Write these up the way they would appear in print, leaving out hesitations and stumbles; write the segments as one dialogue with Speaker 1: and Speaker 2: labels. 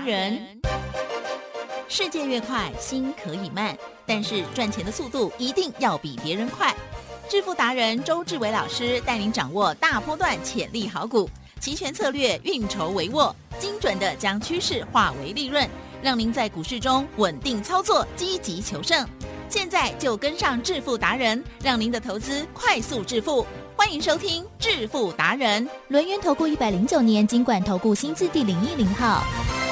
Speaker 1: 人。世界越快，心可以慢，但是赚钱的速度一定要比别人快。致富达人周志伟老师带您掌握大波段潜力好股，期权策略运筹帷幄，精准的将趋势化为利润，让您在股市中稳定操作，积极求胜。现在就跟上致富达人，让您的投资快速致富。欢迎收听致富达人。
Speaker 2: 轮源投顾109年金管投顾新字第010号。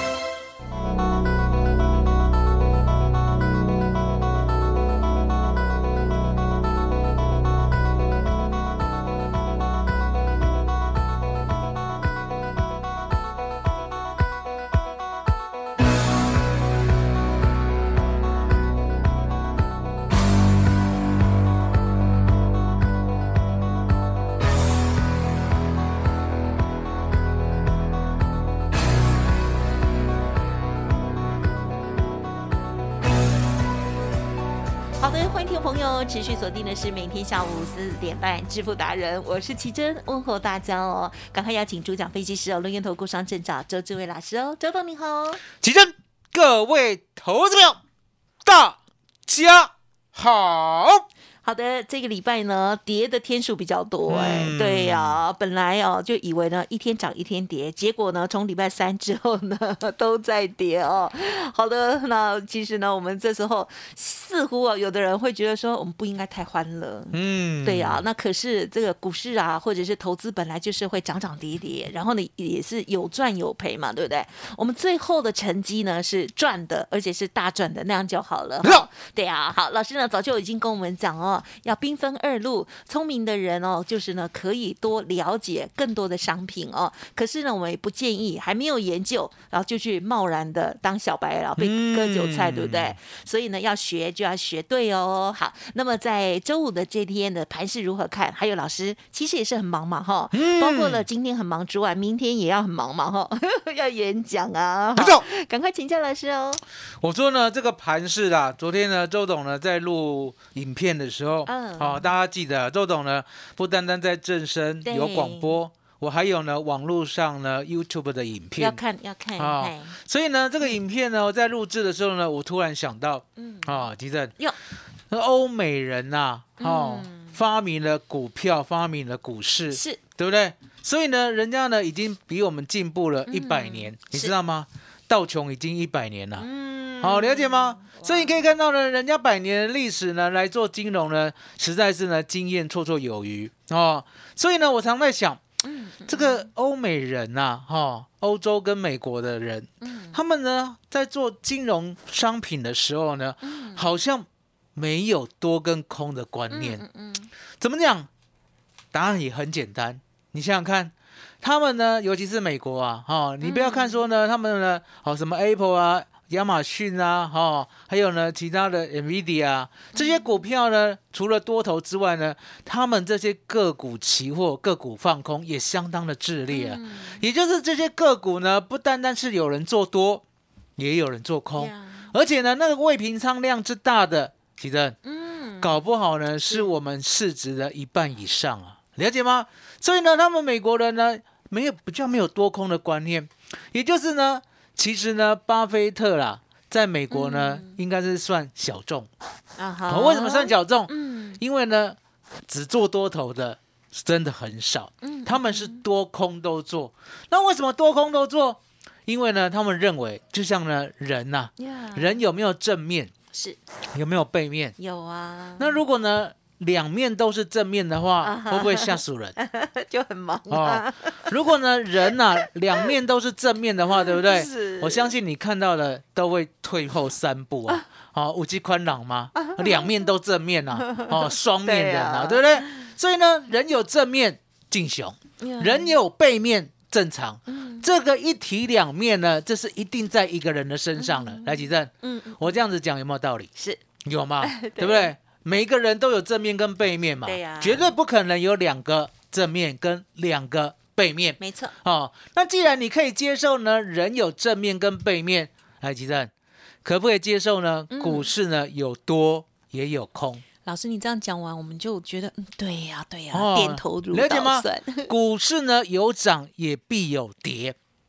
Speaker 1: 好的，欢迎听众朋友持续锁定的是每天下午4点半致富达人，我是奇珍，问候大家哦。赶快邀请主讲分析师轮源投顾商证照周志伟老师哦，周董你好。
Speaker 3: 奇珍，各位投资朋友，大家好。
Speaker 1: 好的，这个礼拜呢，跌的天数比较多对呀，本来就以为呢一天涨一天跌，结果呢从礼拜三之后呢都在跌哦。好的，那其实呢我们这时候似乎有的人会觉得说我们不应该太欢乐，对呀，那可是这个股市啊或者是投资本来就是会涨涨跌跌，然后呢也是有赚有赔嘛，对不对？我们最后的成绩呢是赚的，而且是大赚的，那样就好了。对啊，好，老师呢早就已经跟我们讲哦。要兵分二路，聪明的人就是呢可以多了解更多的商品哦。可是呢，我们也不建议还没有研究，然后就去贸然的当小白，然后被割韭菜，对不对？所以呢，要学就要学对哦。好，那么在周五的这天的盘势如何看？还有老师其实也是很忙嘛哈，包括了今天很忙之外，明天也要很忙嘛哈，要演讲啊，赶快请教老师哦。
Speaker 3: 我说呢，这个盘势啦，昨天呢，周董呢在录影片的时候。大家记得周董呢，不单单在正声有广播，我还有呢网络上呢 YouTube 的影片
Speaker 1: 要看
Speaker 3: 所以呢，这个影片呢，我在录制的时候呢，我突然想到，吉正，欧美人呐，发明了股票，发明了股市，
Speaker 1: 是
Speaker 3: 对不对？所以呢，人家呢已经比我们进步了100年，你知道吗？道琼已经100年了，好了解吗？所以你可以看到呢，人家100年的历史呢，来做金融呢，实在是呢经验绰绰有余哦。所以呢，我常在想，这个欧美人呐，欧洲跟美国的人，他们呢在做金融商品的时候呢，好像没有多跟空的观念。怎么讲？答案也很简单，你想想看。他们呢，尤其是美国啊，你不要看说呢，他们呢，什么 Apple 啊、亚马逊啊，还有呢其他的 Nvidia 啊，这些股票呢，除了多头之外呢，他们这些个股期货、个股放空也相当的炽烈啊。也就是这些个股呢，不单单是有人做多，也有人做空，而且呢，那个未平仓量之大的，其实搞不好呢，是我们市值的1半以上啊。了解吗？所以呢，他们美国人呢，比较没有多空的观念，也就是呢，其实呢，巴菲特啦，在美国呢，应该是算小众。为什么算小众？因为呢，只做多头的真的很少，他们是多空都做。那为什么多空都做？因为呢，他们认为，就像呢，人呐，人有没有正面？
Speaker 1: 是
Speaker 3: 有没有背面？
Speaker 1: 有啊。
Speaker 3: 那如果呢？两面都是正面的话，会不会吓死人？
Speaker 1: 就很忙
Speaker 3: 如果呢人两面都是正面的话，对不对？我相信你看到的都会退后3步啊。五级宽朗吗？两面都正面啊，双面人对不对？所以呢，人有正面敬雄，人有背面正常。这个一体两面呢，这是一定在一个人的身上了。来，吉正，我这样子讲有没有道理？
Speaker 1: 是
Speaker 3: 有吗？对不对？每一个人都有正面跟背面嘛，绝对不可能有2个正面跟2个背面，
Speaker 1: 没错。
Speaker 3: 那既然你可以接受呢，人有正面跟背面，来，吉正，可不可以接受呢？股市呢有多也有空。
Speaker 1: 老师，你这样讲完，我们就觉得，对呀，点头如捣蒜。
Speaker 3: 股市呢有涨也必有跌，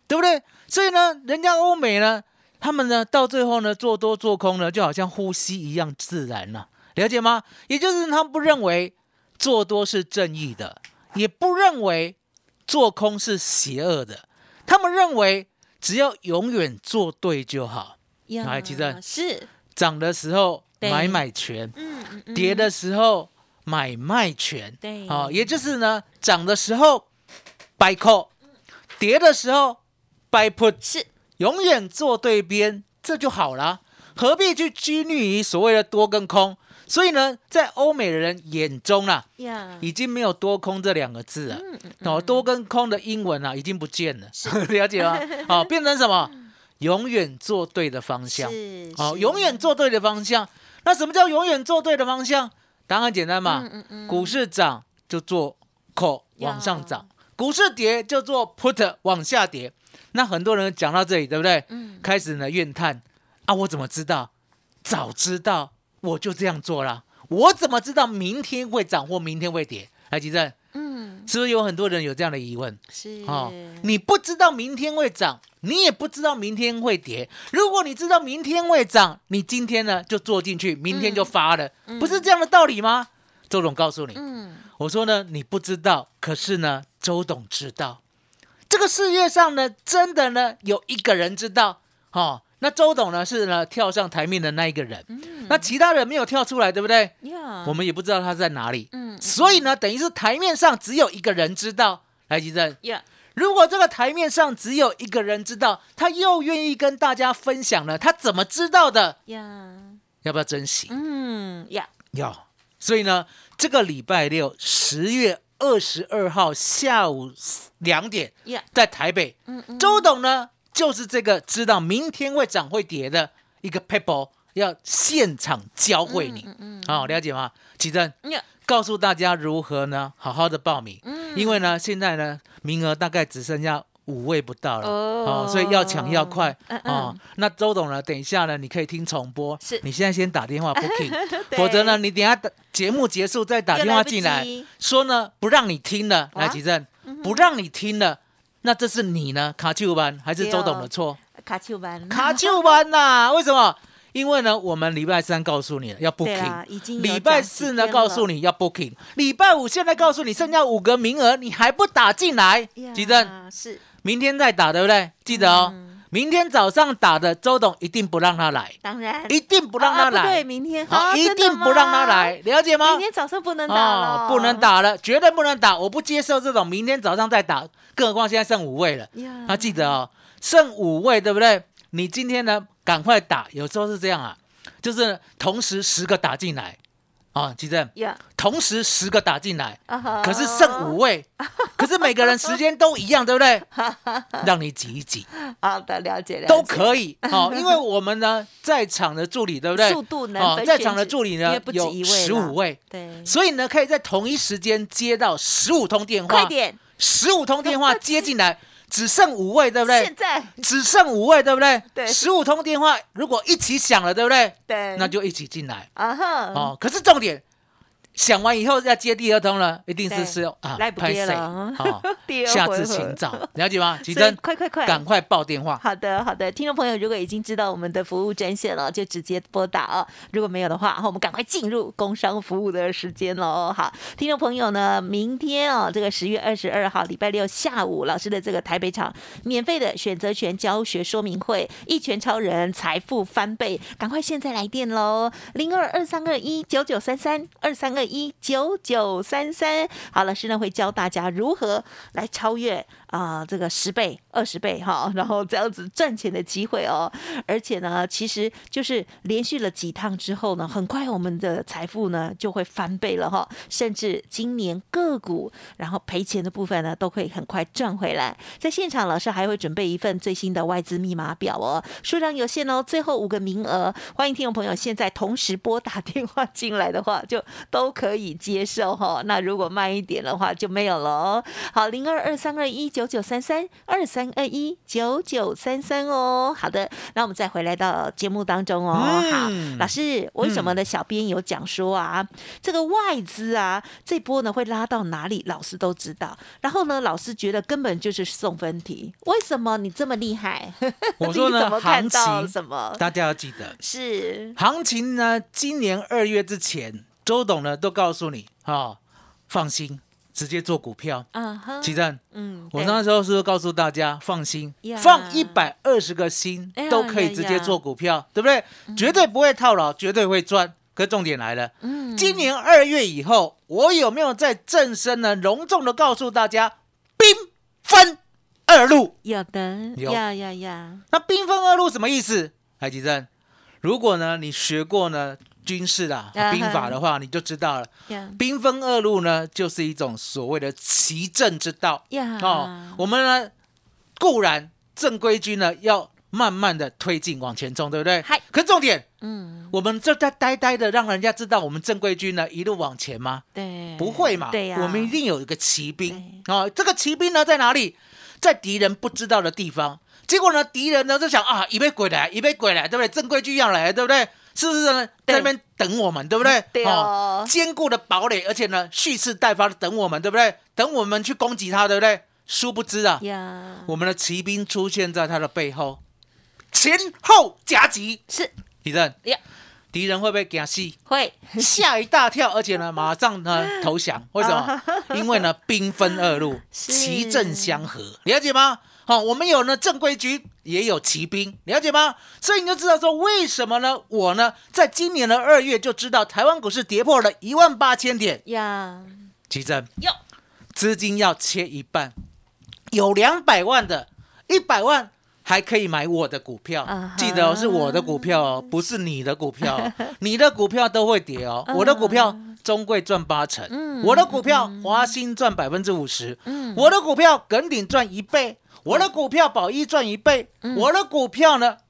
Speaker 3: 对不对？所以呢，人家欧美呢，他们呢到最后呢做多做空呢，就好像呼吸一样自然了，了解吗？也就是他们不认为做多是正义的，也不认为做空是邪恶的，他们认为只要永远做对就好。来，其实
Speaker 1: 是
Speaker 3: 涨的时候买权，跌的时候买卖权，
Speaker 1: 对，
Speaker 3: 也就是呢，涨的时候 buy call，跌的时候 buy put，
Speaker 1: 是
Speaker 3: 永远做对边，这就好了，何必去拘泥于所谓的多跟空？所以呢，在欧美人眼中啦，已经没有多空这两个字了，多跟空的英文已经不见了，了解吗？变成什么？永远做对的方向，永远做对的方向。那什么叫永远做对的方向？答案很简单嘛，股市涨就做 call 往上涨，股市跌就做 put 往下跌。那很多人讲到这里，对不对？开始呢怨叹我怎么知道？早知道我就这样做了，我怎么知道明天会涨或明天会跌？来，吉正，是不是有很多人有这样的疑问？
Speaker 1: 是
Speaker 3: 你不知道明天会涨，你也不知道明天会跌。如果你知道明天会涨，你今天呢就做进去，明天就发了，不是这样的道理吗？周董告诉你，我说呢，你不知道，可是呢，周董知道。这个世界上呢，真的呢有一个人知道，那周董呢是呢跳上台面的那一个人，那其他人没有跳出来，对不对？我们也不知道他在哪里，所以呢，等于是台面上只有一个人知道。来，吉正，如果这个台面上只有一个人知道，他又愿意跟大家分享了，他怎么知道的？要不要珍惜？要。所以呢，这个礼拜六10月22号下午2点，在台北，周董呢就是这个知道明天会涨会跌的一个 people， 要现场教会你，了解吗？启正，告诉大家如何呢好好的报名，因为呢现在呢名额大概只剩下5位不到了，所以要抢要快那周董呢，等一下呢你可以听重播，你现在先打电话 booking， 否则呢你等一下节目结束再打电话进来，说呢不让你听了，来启正，不让你听了。那这是你呢卡丘班还是周董的错？
Speaker 1: 卡丘班
Speaker 3: 呐，为什么？因为呢我们礼拜3告诉你了要 booking， 礼拜4呢告诉你要 booking， 礼拜5现在告诉你剩下5个名额，你还不打进来？吉正，是明天再打，对不对？记得哦，明天早上打的周董一定不让他来，
Speaker 1: 当然
Speaker 3: 一定不让他来，
Speaker 1: 对，明天
Speaker 3: 一定不让他来，了解吗？
Speaker 1: 明天早上不能打了，
Speaker 3: 不能打了，绝对不能打，我不接受这种明天早上再打，更何况现在剩5位了，记得哦，剩5位，对不对？你今天呢赶快打，有时候是这样就是同时10个打进来吉正，同时10个打进来，可是剩5位，可是每个人时间都一样，对不对？让你挤一挤，
Speaker 1: 好的，了解
Speaker 3: 都可以因为我们呢在场的助理，对不对？
Speaker 1: 速度能
Speaker 3: 在场的助理呢有15位，
Speaker 1: 对，
Speaker 3: 所以呢可以在同一时间接到15通电话，
Speaker 1: 快点
Speaker 3: ，15通电话接进来。只剩5位，对不对？
Speaker 1: 现在
Speaker 3: 只剩5位，对不对？
Speaker 1: 对
Speaker 3: ，15通电话如果一起响了，对不对？
Speaker 1: 对，
Speaker 3: 那就一起进来可是重点，响完以后要接第2通了，一定是
Speaker 1: 来不及了
Speaker 3: 下次请早，了解吗？启真，
Speaker 1: 快，
Speaker 3: 赶快报电话。
Speaker 1: 好的，听众朋友，如果已经知道我们的服务专线了，就直接拨打如果没有的话，我们赶快进入工商服务的时间了好，听众朋友呢，明天这个10月22号礼拜六下午，老师的这个台北场免费的选择权教学说明会，一拳超人财富翻倍，赶快现在来电喽，0223219933，23219933。好，老师呢会教大家如何来超越这个10倍、20倍然后这样子赚钱的机会而且呢，其实就是连续了几趟之后呢，很快我们的财富呢就会翻倍了甚至今年个股然后赔钱的部分呢都会很快赚回来。在现场，老师还会准备一份最新的外资密码表数量有限最后5个名额，欢迎听众朋友现在同时拨打电话进来的话，就都可以接受哈。那如果慢一点的话就没有了哦。好，022321993323219933哦。好的，那我们再回来到节目当中哦。好，老师，为什么呢？小编有讲说啊，这个外资啊，这波呢会拉到哪里，老师都知道。然后呢，老师觉得根本就是送分题。为什么你这么厉害？
Speaker 3: 我说呢，
Speaker 1: 你怎么看到
Speaker 3: 行情
Speaker 1: 什么？
Speaker 3: 大家要记得，
Speaker 1: 是
Speaker 3: 行情呢，今年2月之前，周董呢都告诉你放心，直接做股票。奇正，我那时候是不是告诉大家放心，放120个心都可以直接做股票，对不对？绝对不会套牢，绝对会赚。可重点来了，今年2月以后，我有没有在正声呢隆重的告诉大家，兵分2路？
Speaker 1: 有的，
Speaker 3: 有
Speaker 1: 呀。
Speaker 3: 那兵分2路什么意思？海基正，如果呢你学过呢军事的兵法的话，你就知道了。兵分2路呢，就是一种所谓的奇正之道。我们呢固然正规军呢要慢慢的推进往前冲，对不对？可是重点，我们就在呆呆的让人家知道我们正规军呢一路往前吗？
Speaker 1: 对，
Speaker 3: 不会嘛。
Speaker 1: 对呀，
Speaker 3: 我们一定有一个骑兵这个骑兵呢在哪里？在敌人不知道的地方。结果呢，敌人呢就想以为鬼来，对不对？正规军要来，对不对？是不是呢？在那边等我们，对不对？
Speaker 1: 对哦，
Speaker 3: 坚固的堡垒，而且呢蓄势待发的等我们，对不对？等我们去攻击他，对不对？殊不知啊，我们的骑兵出现在他的背后，前后夹击。是，敌人，敌人会不会惊死？
Speaker 1: 会，
Speaker 3: 吓一大跳，而且呢马上呢投降。为什么？因为呢兵分2路，旗正相合，了解吗？我们有呢正规军，也有骑兵，了解吗？所以你就知道说为什么呢？我呢在今年的2月就知道台湾股市跌破了18000点呀。奇正，资金要切一半，有200万的100万还可以买我的股票，记得是我的股票不是你的股票你的股票都会跌我的股票中贵赚80%，我的股票华兴赚50%，我的股票耿鼎赚1倍，我的股票宝一赚1倍，我的股票呢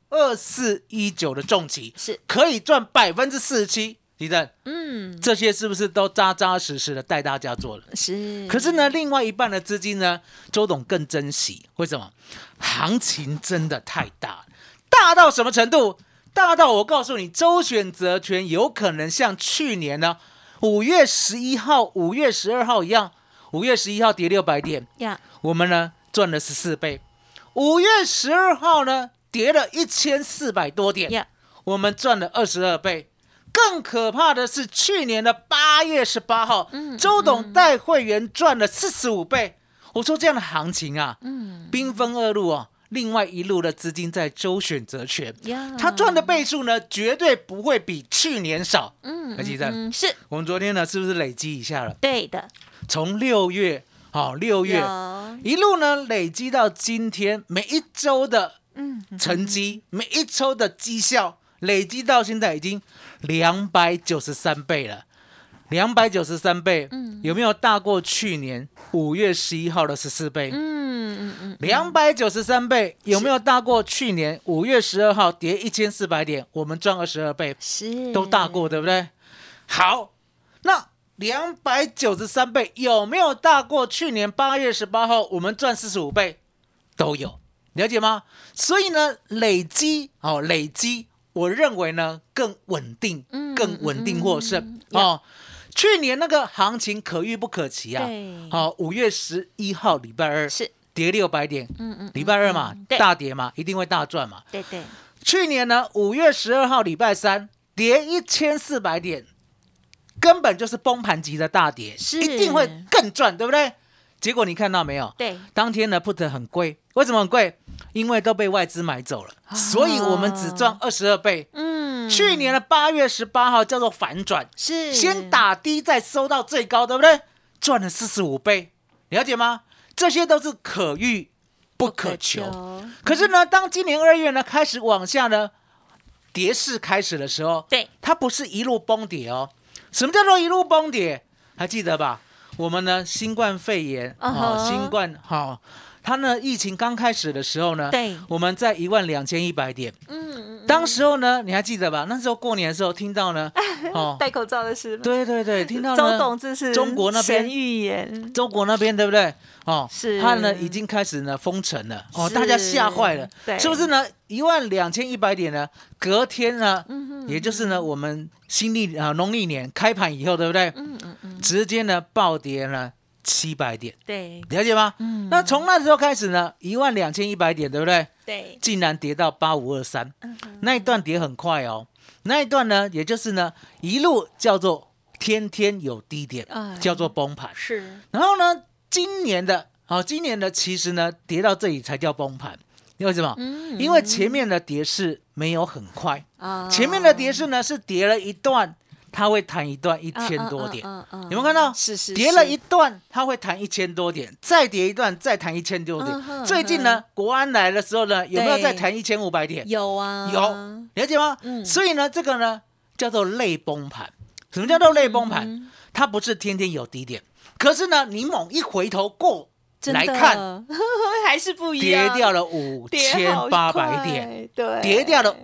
Speaker 3: 2419的重旗是可以赚47%。地震，这些是不是都扎扎实实的带大家做了？是。可是呢，另外一半的资金呢，周董更珍惜。为什么？行情真的太大，大到什么程度？大到我告诉你，周选择权有可能像去年呢5月11号、5月12号一样，5月11号跌600点，我们呢赚了14倍；5月12号呢跌了1400多点，我们赚了22倍。更可怕的是，去年的8月18号，周董带会员赚了45倍。我说这样的行情啊，兵分2路另外一路的资金在周选择权，他赚的倍数呢，绝对不会比去年少。是我们昨天呢，是不是累积一下了？对的，从6月一路呢累积到今天，每一周的成绩，每一周的绩效。累积到现在已经293倍了，293倍，有没有大过去年5月11号的14倍？293倍有没有大过去年5月12号跌1400点，我们赚22倍？是，都大过，对不对？好，那293倍有没有大过去年8月18号我们赚45倍？都有，了解吗？所以呢，累积。我认为呢更稳定，更稳定获胜去年那个行情可遇不可期啊！5月11号礼拜二是跌600点，礼拜二嘛，大跌嘛，一定会大赚嘛。对。去年呢5月12号礼拜三跌1400点，根本就是崩盘级的大跌，一定会更赚，对不对？结果你看到没有？对，当天的 put 很贵，为什么很贵？因为都被外资买走了，所以我们只赚22倍。去年的8月18号叫做反转，是先打低再收到最高，对不对？赚了45倍，了解吗？这些都是可遇不可求。可是呢，当今年2月呢开始往下呢跌势开始的时候，对，它不是一路崩跌什么叫做一路崩跌？还记得吧？我们呢新冠肺炎新冠它呢疫情刚开始的时候呢，对，我们在12100点。当时候呢，你还记得吧？那时候过年的时候听到呢，
Speaker 1: 戴口罩的是吗？
Speaker 3: 对对对，听到
Speaker 1: 周
Speaker 3: 呢，
Speaker 1: 董这是
Speaker 3: 中国那边
Speaker 1: 神预言，
Speaker 3: 中国那边对不对？
Speaker 1: 是
Speaker 3: 他呢已经开始呢封城了，
Speaker 1: 是
Speaker 3: 大家吓坏了，
Speaker 1: 对
Speaker 3: 是不是呢？12100点呢，隔天呢，也就是呢我们农历年开盘以后，对不对？直接呢暴跌了700点，
Speaker 1: 对
Speaker 3: 了解吗？那从那时候开始呢，12100点，对不对？
Speaker 1: 对，
Speaker 3: 竟然跌到8523，那一段跌很快哦。那一段呢，也就是呢一路叫做天天有低点，叫做崩盘。
Speaker 1: 是，
Speaker 3: 然后呢，今年的其实呢跌到这里才叫崩盘，为什么？因为前面的跌势没有很快，前面的跌势呢是跌了一段。它会弹一段1000多点，有没有看到？
Speaker 1: 是
Speaker 3: 跌了一段，它会弹1000多点，再跌一段，再弹1000多点。最近呢，国安来的时候呢，有没有再弹1500点？
Speaker 1: 有啊，
Speaker 3: 有，了解吗？所以呢，这个呢叫做类崩盘。什么叫做类崩盘？它不是天天有低点，可是呢，你猛一回头过来看，
Speaker 1: 还是不一样，
Speaker 3: 跌掉了5800点，
Speaker 1: 对，
Speaker 3: 跌掉了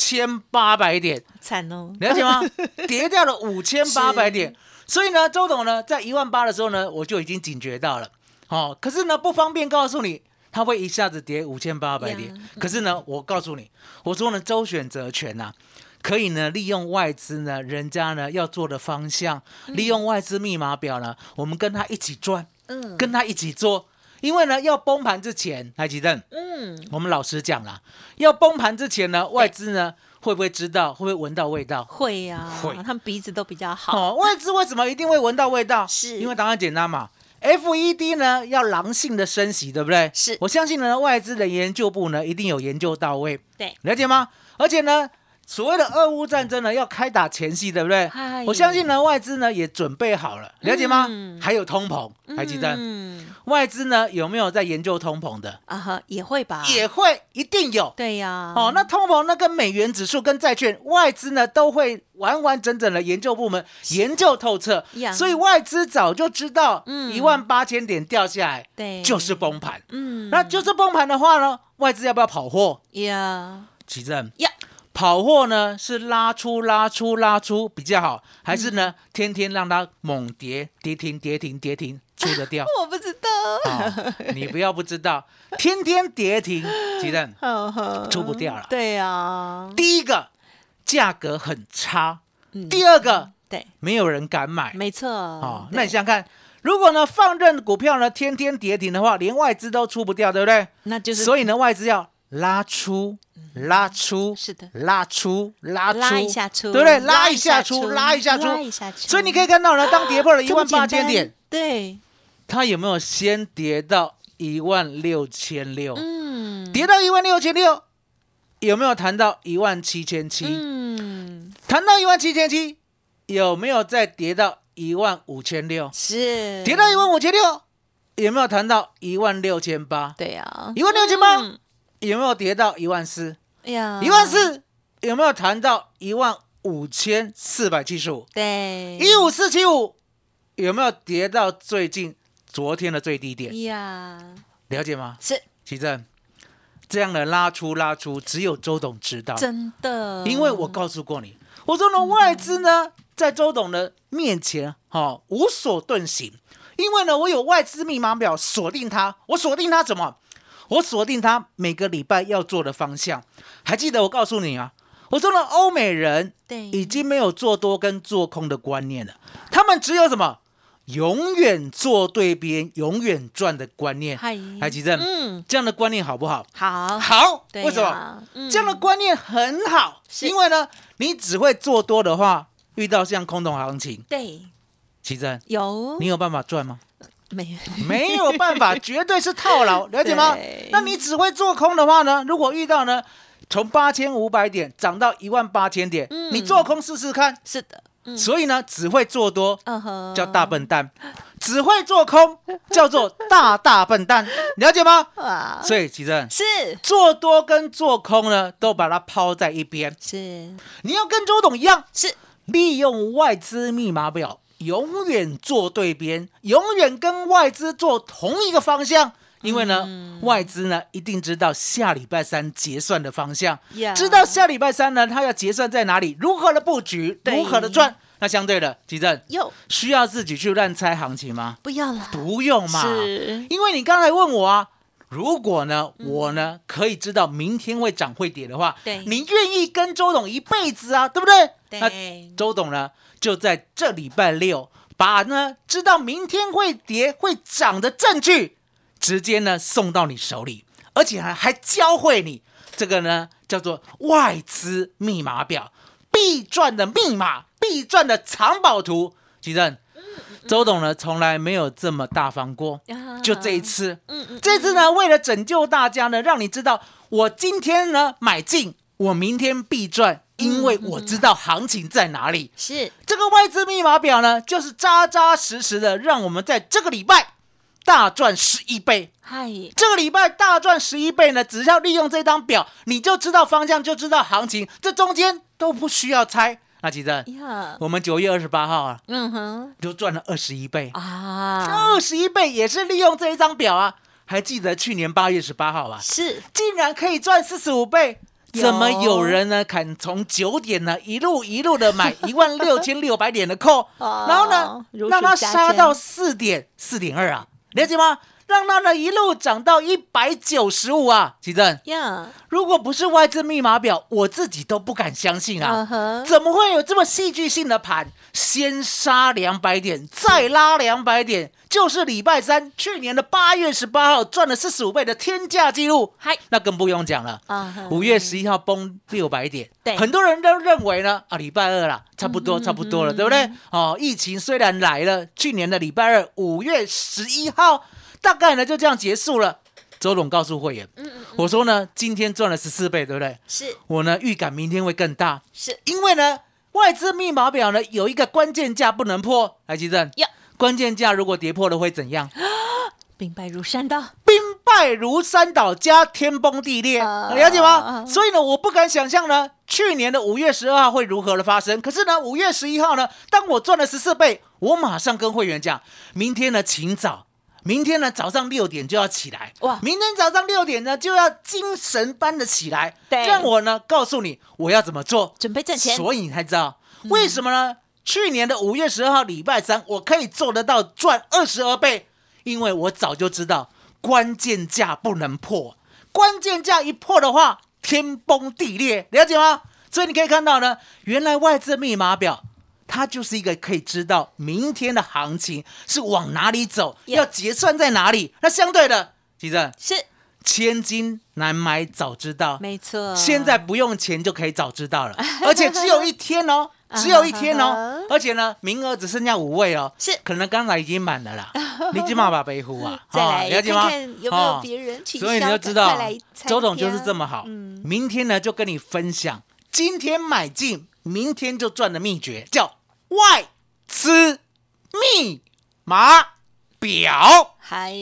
Speaker 3: 5800点，
Speaker 1: 惨哦，
Speaker 3: 了解吗？跌掉了5800点，所以呢，周董呢在18000的时候呢，我就已经警觉到了，可是呢不方便告诉你，它会一下子跌5800点，可是呢，我告诉你，我说呢，周选择权啊，可以呢利用外资呢，人家呢要做的方向，利用外资密码表呢，我们跟他一起赚。跟他一起做，因为呢，要崩盘之前，台积电，我们老实讲啦，要崩盘之前呢，外资呢会不会知道，会不会闻到味道？
Speaker 1: 会呀，会，他们鼻子都比较好。
Speaker 3: 外资为什么一定会闻到味道？
Speaker 1: 是
Speaker 3: 因为答案简单嘛。FED 呢要狼性的升息，对不对？
Speaker 1: 是，
Speaker 3: 我相信呢，外资的研究部呢一定有研究到位，
Speaker 1: 对，
Speaker 3: 了解吗？而且呢，所谓的俄乌战争呢要开打前夕，对不对？我相信呢，外资呢也准备好了，了解吗？还有通膨，台积电。外资呢有没有在研究通膨的？
Speaker 1: 也会吧，
Speaker 3: 也会，一定有。
Speaker 1: 对呀，
Speaker 3: 那通膨呢跟美元指数跟债券，外资呢都会完完整整的研究部门研究透彻，所以外资早就知道18000点掉下来，对，就是崩盘。那就是崩盘的话呢，外资要不要跑货？奇正跑货呢是拉出比较好，还是呢天天让它猛跌停出得掉？
Speaker 1: 我不知道，
Speaker 3: 你不要不知道，天天跌停，奇正出不掉了。
Speaker 1: 对呀，
Speaker 3: 第一个价格很差，第二个
Speaker 1: 对
Speaker 3: 没有人敢买，
Speaker 1: 没错。
Speaker 3: 那你想想看，如果呢放任股票呢天天跌停的话，连外资都出不掉，对不对？
Speaker 1: 那就是
Speaker 3: 所以呢外资要拉出，
Speaker 1: 是的，
Speaker 3: 拉一
Speaker 1: 下出，
Speaker 3: 对不对？拉一下出。所以你可以看到呢，当跌破了18000点，
Speaker 1: 对，
Speaker 3: 它有没有先跌到16600？跌到16600，有没有弹到17700？弹到17700，有没有再跌到15600？
Speaker 1: 是，
Speaker 3: 跌到15600，有没有弹到16800？
Speaker 1: 对呀
Speaker 3: ，16800。有没有跌到14000？
Speaker 1: 哎呀
Speaker 3: ，14000有没有弹到15475？
Speaker 1: 对
Speaker 3: ，15475有没有跌到昨天的最低点？
Speaker 1: 呀，
Speaker 3: 了解吗？
Speaker 1: 是，
Speaker 3: 奇正，这样的拉出，只有周董知道，
Speaker 1: 真的，
Speaker 3: 因为我告诉过你，我说呢，外资呢在周董的面前，无所遁形，因为呢，我有外资密码表锁定它，我锁定它什么？我锁定他每个礼拜要做的方向，还记得我告诉你啊？我说了，欧美人已经没有做多跟做空的观念了，他们只有什么？永远做对边，永远赚的观念。还记得？这样的观念好不好？好，为什么？这样的观念很好，因为呢，你只会做多的话，遇到像空头行情，
Speaker 1: 对，
Speaker 3: 奇正
Speaker 1: 你
Speaker 3: 有办法赚吗？
Speaker 1: 没
Speaker 3: 有办法，绝对是套牢，了解吗？那你只会做空的话呢？如果遇到呢，从8500点涨到18000点，你做空试试看。
Speaker 1: 是的，
Speaker 3: 所以呢，只会做多叫大笨蛋，只会做空叫做大笨蛋，了解吗？所以其实
Speaker 1: 是
Speaker 3: 做多跟做空呢，都把它抛在一边。
Speaker 1: 是，
Speaker 3: 你要跟周董一样，
Speaker 1: 是
Speaker 3: 利用外资密码表。永远做对边，永远跟外资做同一个方向， 因为呢，外资呢一定知道下礼拜三结算的方向，
Speaker 1: Yeah
Speaker 3: 知道下礼拜三呢，它要结算在哪里，如何的布局，
Speaker 1: 对
Speaker 3: 如何的赚。那相对的，吉正
Speaker 1: 哟，
Speaker 3: 需要自己去乱猜行情吗？
Speaker 1: 不要了，
Speaker 3: 不用嘛，
Speaker 1: 是
Speaker 3: 因为你刚才问我啊，如果呢，我呢可以知道明天会涨会跌的话，
Speaker 1: 对
Speaker 3: 你愿意跟周董一辈子啊，对不对？
Speaker 1: 对
Speaker 3: 那周董呢，就在这礼拜六，把呢知道明天会跌会涨的证据，直接呢送到你手里，而且还教会你这个呢叫做外资密码表，必赚的密码，必赚的藏宝图。吉正，周董呢从来没有这么大方过，就这一次，这次呢为了拯救大家呢，让你知道我今天呢买进，我明天必赚，因为我知道行情在哪里。
Speaker 1: 是
Speaker 3: 这个外资密码表呢，就是扎扎实实的，让我们在这个礼拜大赚11倍。
Speaker 1: 嗨，
Speaker 3: 这个礼拜大赚11倍呢，只要利用这张表，你就知道方向，就知道行情，这中间都不需要猜。那其实我们9月28号啊，就赚了21倍啊，21倍也是利用这一张表啊。还记得去年8月18号吧？
Speaker 1: 是，
Speaker 3: 竟然可以赚45倍。怎么有人呢？敢从9点呢一路的买16600点的call，然后呢让它杀到4.2啊，了解吗？让它呢一路涨到195啊，奇正。如果不是外资密码表，我自己都不敢相信啊！怎么会有这么戏剧性的盘？先杀200点，再拉200点，就是礼拜三去年的8月18号赚了45倍的天价纪录。那更不用讲了，5月11号崩600点，很多人都认为呢礼拜二啦，差不多了，对不对？疫情虽然来了，去年的礼拜二5月11号。大概呢就这样结束了。周董告诉会员，我说呢，今天赚了14倍，对不对？
Speaker 1: 是。
Speaker 3: 我呢预感明天会更大，
Speaker 1: 是
Speaker 3: 因为呢外资密码表呢有一个关键价不能破。来，吉正，关键价如果跌破了会怎样？
Speaker 1: 兵败如山倒，
Speaker 3: 兵败如山倒加天崩地裂，了解吗？所以呢，我不敢想象呢，去年的5月12号会如何的发生。可是呢，5月11号呢，当我赚了14倍，我马上跟会员讲，明天呢请早。明天呢早上6点就要起来，明天早上6点呢就要精神般的起来，让我呢告诉你我要怎么做，
Speaker 1: 准备挣钱。
Speaker 3: 所以你才知道为什么呢？去年的5月12号礼拜三，我可以做得到赚22倍，因为我早就知道关键价不能破，关键价一破的话，天崩地裂，了解吗？所以你可以看到呢，原来外资密码表。它就是一个可以知道明天的行情是往哪里走，要结算在哪里。那相对的，其实
Speaker 1: 是
Speaker 3: 千金难买早知道，
Speaker 1: 没错。
Speaker 3: 现在不用钱就可以早知道了，而且只有1天哦，只有1天哦，而且呢，名额只剩下5位哦，
Speaker 1: 是
Speaker 3: 可能刚才已经满了啦。你起码把背呼啊，
Speaker 1: 再来
Speaker 3: 了解吗？
Speaker 1: 看看有没有别人取消，
Speaker 3: 所以你就知道，周董就是这么好。明天呢，就跟你分享今天买进，明天就赚的秘诀，叫外资密码表。
Speaker 1: 嗨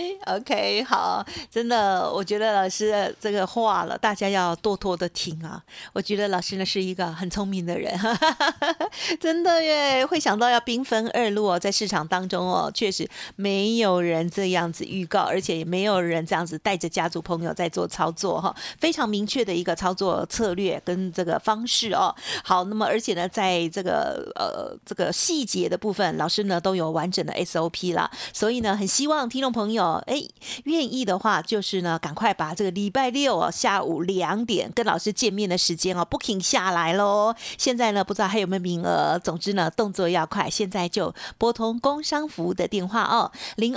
Speaker 1: ，OK， 好，真的，我觉得老师的这个话了，大家要多多的听啊。我觉得老师呢是一个很聪明的人，真的耶，会想到要兵分2路哦，在市场当中哦，确实没有人这样子预告，而且也没有人这样子带着家族朋友在做操作哈，非常明确的一个操作策略跟这个方式哦。好，那么而且呢，在这个细节的部分，老师呢都有完整的 SOP 啦，所以呢，很希望听众朋友愿意的话，就是呢赶快把这个礼拜六哦下午2点跟老师见面的时间哦 booking 下来咯。现在呢不知道还有没有名额，总之呢动作要快，现在就拨通工商服务的电话哦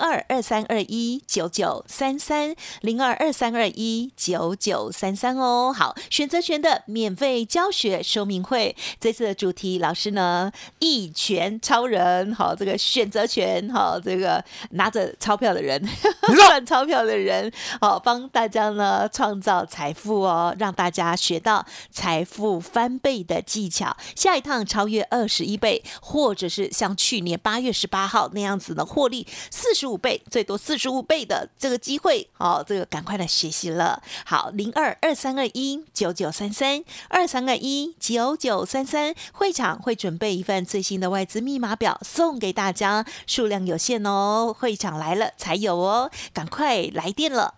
Speaker 1: ，0223219933 0223219933哦。好，选择权的免费教学说明会，这次的主题老师呢一拳超人，好，这个选择权，好，这个拿着钞票的人赚钞票的人，好，帮大家呢创造财富哦，让大家学到财富翻倍的技巧，下一趟超越21倍，或者是像去年8月18号那样子的获利45倍，最多45倍的这个机会，好，这个赶快来学习了。好，0223219933 23219933，会场会准备一份最新的外资密码表送给大家，数量有限哦，会场来了了才有哦，赶快来电了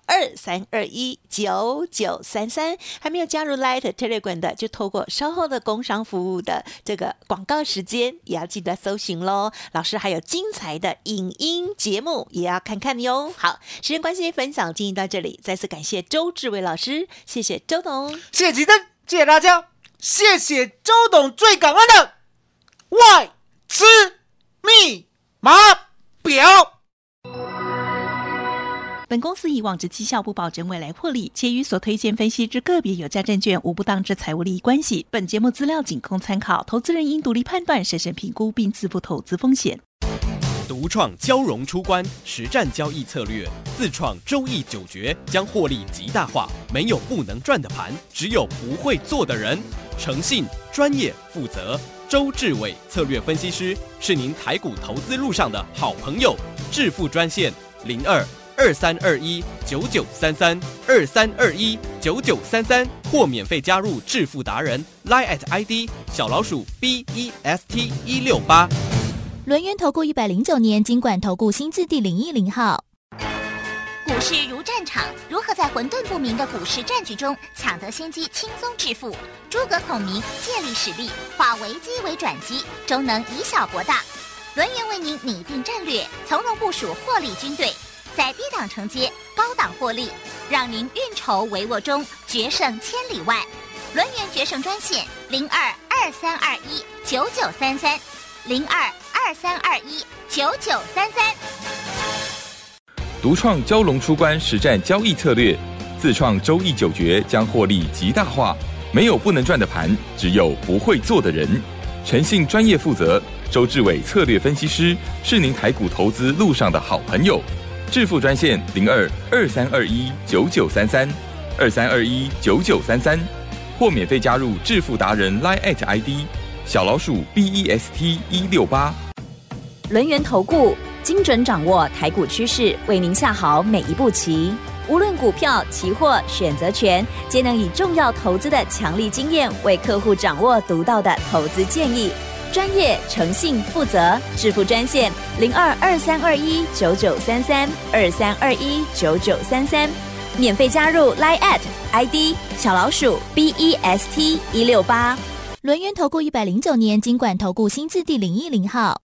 Speaker 1: ，23219933，还没有加入 Light Telegram 的，就透过稍后的工商服务的这个广告时间，也要记得搜寻咯。老师还有精彩的影音节目也要看看哟。好，时间关系，分享进行到这里，再次感谢周志伟老师，谢谢周董，
Speaker 3: 谢谢吉珍，谢谢大家，谢谢周董，最感恩的外资密码表。
Speaker 1: 本公司以往之绩效不保证未来获利，且与所推荐分析之个别有价证券无不当之财务利益关系。本节目资料仅供参考，投资人应独立判断、审慎评估并自负投资风险。
Speaker 4: 独创交融出关实战交易策略，自创周易9诀，将获利极大化。没有不能赚的盘，只有不会做的人。诚信、专业、负责。周志伟策略分析师是您台股投资路上的好朋友。致富专线02-2321-9933，2321-9933，或免费加入致富达人 Line ID 小老鼠 BEST168。
Speaker 2: 轮源投顾109年金管投顾新字第010号。
Speaker 5: 股市如战场，如何在混沌不明的股市战局中抢得先机，轻松致富？诸葛孔明借力使力，化危机为转机，终能以小博大。轮源为您拟定战略，从容部署获利军队，在低档承接，高档获利，让您运筹帷幄中决胜千里外。轮源决胜专线02-2321-9933，02-2321-9933。
Speaker 6: 独创蛟龙出关实战交易策略，自创周易9诀，将获利极大化。没有不能赚的盘，只有不会做的人。诚信、专业、负责。周志伟策略分析师是您台股投资路上的好朋友。致富专线02-2321-9933，2321-9933，或免费加入致富达人 Line ID 小老鼠 BEST168。
Speaker 7: 轮源投顾精准掌握台股趋势，为您下好每一步棋。无论股票、期货、选择权，皆能以重要投资的强力经验，为客户掌握独到的投资建议。专业、诚信、负责。致富专线02-2321-9933，2321-9933，免费加入 Line ID 小老鼠 BEST168。
Speaker 2: 轮源投顾109年金管投顾新字第010号。